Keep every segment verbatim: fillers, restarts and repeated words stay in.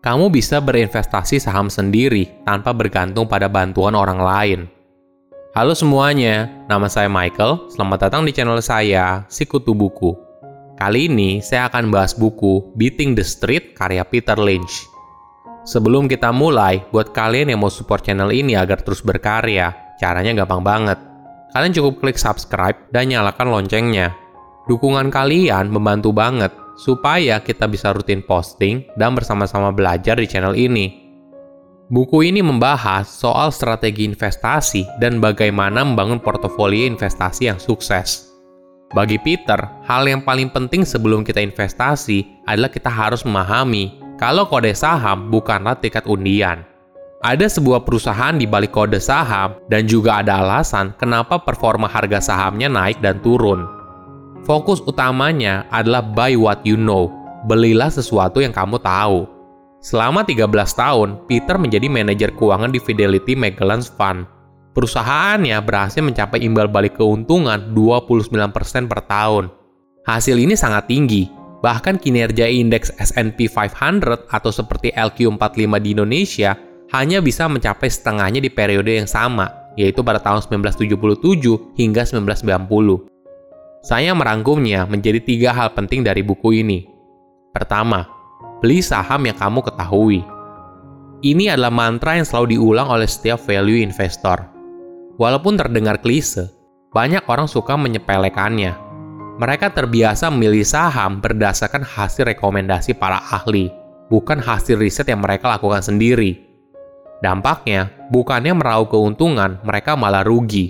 kamu bisa berinvestasi saham sendiri tanpa bergantung pada bantuan orang lain. Halo semuanya, nama saya Michael. Selamat datang di channel saya, Sikutu Buku. Kali ini saya akan bahas buku Beating the Street karya Peter Lynch. Sebelum kita mulai, buat kalian yang mau support channel ini agar terus berkarya, caranya gampang banget. Kalian cukup klik subscribe dan nyalakan loncengnya. Dukungan kalian membantu banget supaya kita bisa rutin posting dan bersama-sama belajar di channel ini. Buku ini membahas soal strategi investasi dan bagaimana membangun portofolio investasi yang sukses. Bagi Peter, hal yang paling penting sebelum kita investasi adalah kita harus memahami kalau kode saham bukanlah tiket undian. Ada sebuah perusahaan di balik kode saham dan juga ada alasan kenapa performa harga sahamnya naik dan turun. Fokus utamanya adalah buy what you know, belilah sesuatu yang kamu tahu. Selama tiga belas tahun, Peter menjadi manajer keuangan di Fidelity Magellan Fund. Perusahaannya berhasil mencapai imbal balik keuntungan dua puluh sembilan persen per tahun. Hasil ini sangat tinggi, bahkan kinerja indeks S and P lima ratus atau seperti L Q empat puluh lima di Indonesia hanya bisa mencapai setengahnya di periode yang sama, yaitu pada tahun sembilan belas tujuh puluh tujuh hingga sembilan belas sembilan puluh. Saya merangkumnya menjadi tiga hal penting dari buku ini. Pertama, beli saham yang kamu ketahui. Ini adalah mantra yang selalu diulang oleh setiap value investor. Walaupun terdengar klise, banyak orang suka menyepelekannya. Mereka terbiasa memilih saham berdasarkan hasil rekomendasi para ahli, bukan hasil riset yang mereka lakukan sendiri. Dampaknya, bukannya meraup keuntungan, mereka malah rugi.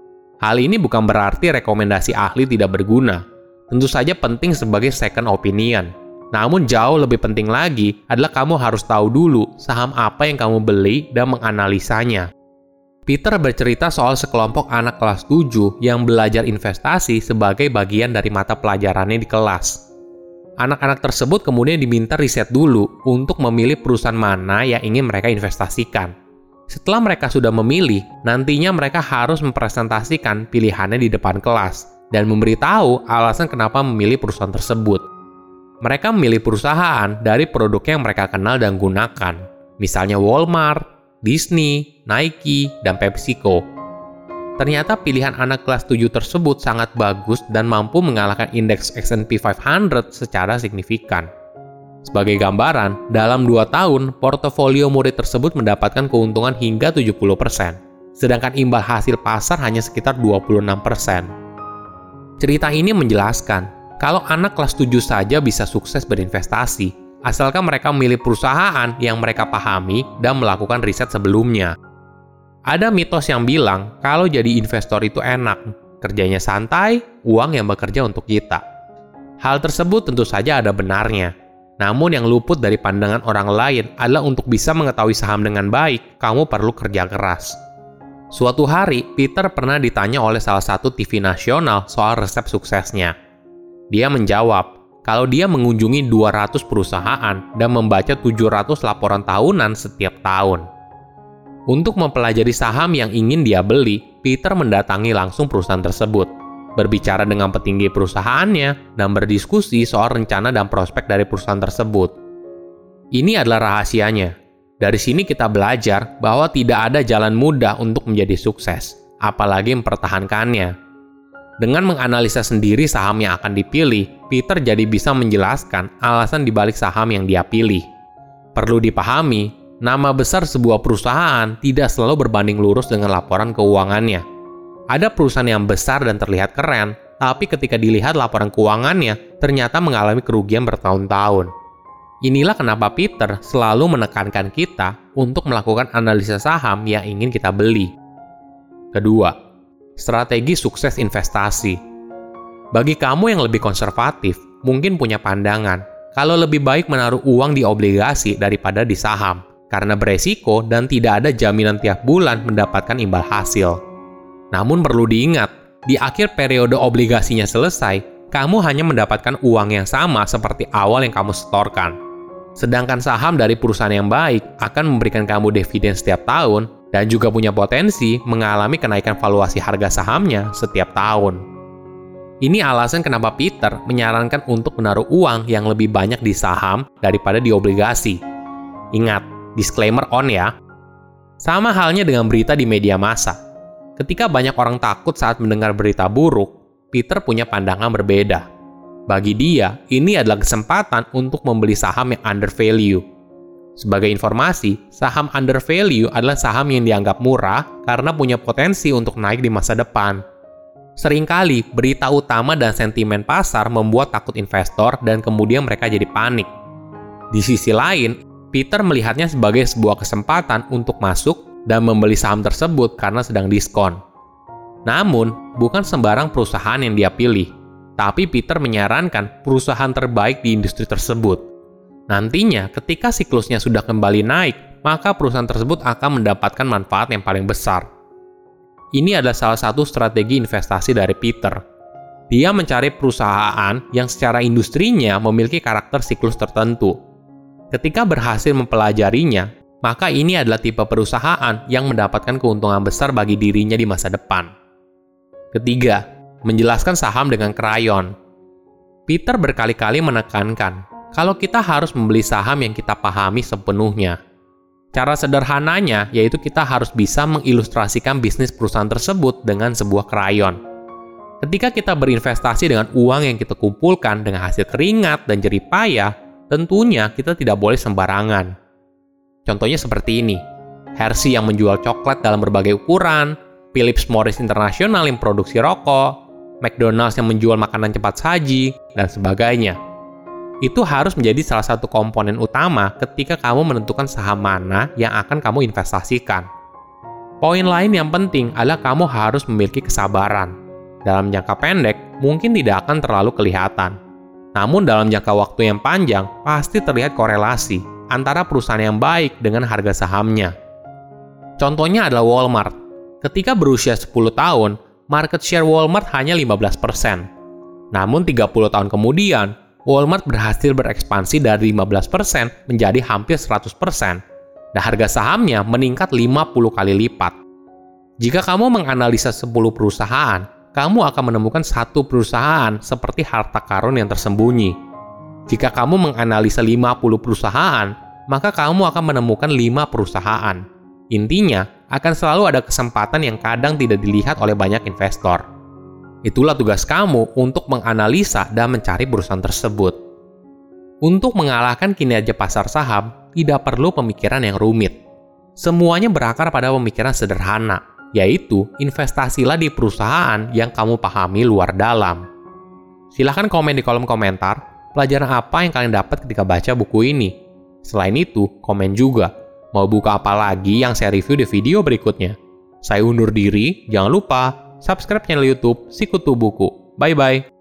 Hal ini bukan berarti rekomendasi ahli tidak berguna. Tentu saja penting sebagai second opinion. Namun jauh lebih penting lagi adalah kamu harus tahu dulu saham apa yang kamu beli dan menganalisanya. Peter bercerita soal sekelompok anak kelas tujuh yang belajar investasi sebagai bagian dari mata pelajarannya di kelas. Anak-anak tersebut kemudian diminta riset dulu untuk memilih perusahaan mana yang ingin mereka investasikan. Setelah mereka sudah memilih, nantinya mereka harus mempresentasikan pilihannya di depan kelas dan memberitahu alasan kenapa memilih perusahaan tersebut. Mereka memilih perusahaan dari produk yang mereka kenal dan gunakan, misalnya Walmart, Disney, Nike, dan PepsiCo. Ternyata pilihan anak kelas tujuh tersebut sangat bagus dan mampu mengalahkan indeks S and P lima ratus secara signifikan. Sebagai gambaran, dalam dua tahun, portofolio murid tersebut mendapatkan keuntungan hingga tujuh puluh persen, sedangkan imbal hasil pasar hanya sekitar dua puluh enam persen. Cerita ini menjelaskan, kalau anak kelas tujuh saja bisa sukses berinvestasi, asalkan mereka memilih perusahaan yang mereka pahami dan melakukan riset sebelumnya. Ada mitos yang bilang, kalau jadi investor itu enak, kerjanya santai, uang yang bekerja untuk kita. Hal tersebut tentu saja ada benarnya. Namun yang luput dari pandangan orang lain adalah untuk bisa mengetahui saham dengan baik, kamu perlu kerja keras. Suatu hari, Peter pernah ditanya oleh salah satu T V nasional soal resep suksesnya. Dia menjawab, kalau dia mengunjungi dua ratus perusahaan dan membaca tujuh ratus laporan tahunan setiap tahun. Untuk mempelajari saham yang ingin dia beli, Peter mendatangi langsung perusahaan tersebut, berbicara dengan petinggi perusahaannya, dan berdiskusi soal rencana dan prospek dari perusahaan tersebut. Ini adalah rahasianya. Dari sini kita belajar bahwa tidak ada jalan mudah untuk menjadi sukses, apalagi mempertahankannya. Dengan menganalisa sendiri saham yang akan dipilih, Peter jadi bisa menjelaskan alasan dibalik saham yang dia pilih. Perlu dipahami, nama besar sebuah perusahaan tidak selalu berbanding lurus dengan laporan keuangannya. Ada perusahaan yang besar dan terlihat keren, tapi ketika dilihat laporan keuangannya, ternyata mengalami kerugian bertahun-tahun. Inilah kenapa Peter selalu menekankan kita untuk melakukan analisa saham yang ingin kita beli. Kedua, strategi sukses investasi. Bagi kamu yang lebih konservatif, mungkin punya pandangan, kalau lebih baik menaruh uang di obligasi daripada di saham, karena beresiko dan tidak ada jaminan tiap bulan mendapatkan imbal hasil. Namun perlu diingat, di akhir periode obligasinya selesai, kamu hanya mendapatkan uang yang sama seperti awal yang kamu setorkan. Sedangkan saham dari perusahaan yang baik akan memberikan kamu dividen setiap tahun dan juga punya potensi mengalami kenaikan valuasi harga sahamnya setiap tahun. Ini alasan kenapa Peter menyarankan untuk menaruh uang yang lebih banyak di saham daripada di obligasi. Ingat, disclaimer on ya. Sama halnya dengan berita di media massa. Ketika banyak orang takut saat mendengar berita buruk, Peter punya pandangan berbeda. Bagi dia, ini adalah kesempatan untuk membeli saham yang undervalue. Sebagai informasi, saham undervalue adalah saham yang dianggap murah karena punya potensi untuk naik di masa depan. Seringkali, berita utama dan sentimen pasar membuat takut investor dan kemudian mereka jadi panik. Di sisi lain, Peter melihatnya sebagai sebuah kesempatan untuk masuk dan membeli saham tersebut karena sedang diskon. Namun, bukan sembarang perusahaan yang dia pilih, tapi Peter menyarankan perusahaan terbaik di industri tersebut. Nantinya, ketika siklusnya sudah kembali naik, maka perusahaan tersebut akan mendapatkan manfaat yang paling besar. Ini adalah salah satu strategi investasi dari Peter. Dia mencari perusahaan yang secara industrinya memiliki karakter siklus tertentu. Ketika berhasil mempelajarinya, maka ini adalah tipe perusahaan yang mendapatkan keuntungan besar bagi dirinya di masa depan. Ketiga, menjelaskan saham dengan krayon. Peter berkali-kali menekankan kalau kita harus membeli saham yang kita pahami sepenuhnya. Cara sederhananya yaitu kita harus bisa mengilustrasikan bisnis perusahaan tersebut dengan sebuah krayon. Ketika kita berinvestasi dengan uang yang kita kumpulkan dengan hasil keringat dan jerih payah, tentunya kita tidak boleh sembarangan. Contohnya seperti ini, Hershey yang menjual coklat dalam berbagai ukuran, Philip Morris International yang produksi rokok, McDonald's yang menjual makanan cepat saji, dan sebagainya. Itu harus menjadi salah satu komponen utama ketika kamu menentukan saham mana yang akan kamu investasikan. Poin lain yang penting adalah kamu harus memiliki kesabaran. Dalam jangka pendek, mungkin tidak akan terlalu kelihatan. Namun dalam jangka waktu yang panjang, pasti terlihat korelasi antara perusahaan yang baik dengan harga sahamnya. Contohnya adalah Walmart. Ketika berusia sepuluh tahun, market share Walmart hanya lima belas persen. Namun tiga puluh tahun kemudian, Walmart berhasil berekspansi dari lima belas persen menjadi hampir seratus persen, dan harga sahamnya meningkat lima puluh kali lipat. Jika kamu menganalisa sepuluh perusahaan, kamu akan menemukan satu perusahaan seperti harta karun yang tersembunyi. Jika kamu menganalisa lima puluh perusahaan, maka kamu akan menemukan lima perusahaan. Intinya, akan selalu ada kesempatan yang kadang tidak dilihat oleh banyak investor. Itulah tugas kamu untuk menganalisa dan mencari perusahaan tersebut. Untuk mengalahkan kinerja pasar saham, tidak perlu pemikiran yang rumit. Semuanya berakar pada pemikiran sederhana, yaitu investasilah di perusahaan yang kamu pahami luar dalam. Silahkan komen di kolom komentar, pelajaran apa yang kalian dapat ketika baca buku ini. Selain itu, komen juga, mau buku apa lagi yang saya review di video berikutnya. Saya undur diri, jangan lupa subscribe channel YouTube Sikutu Buku. Bye-bye.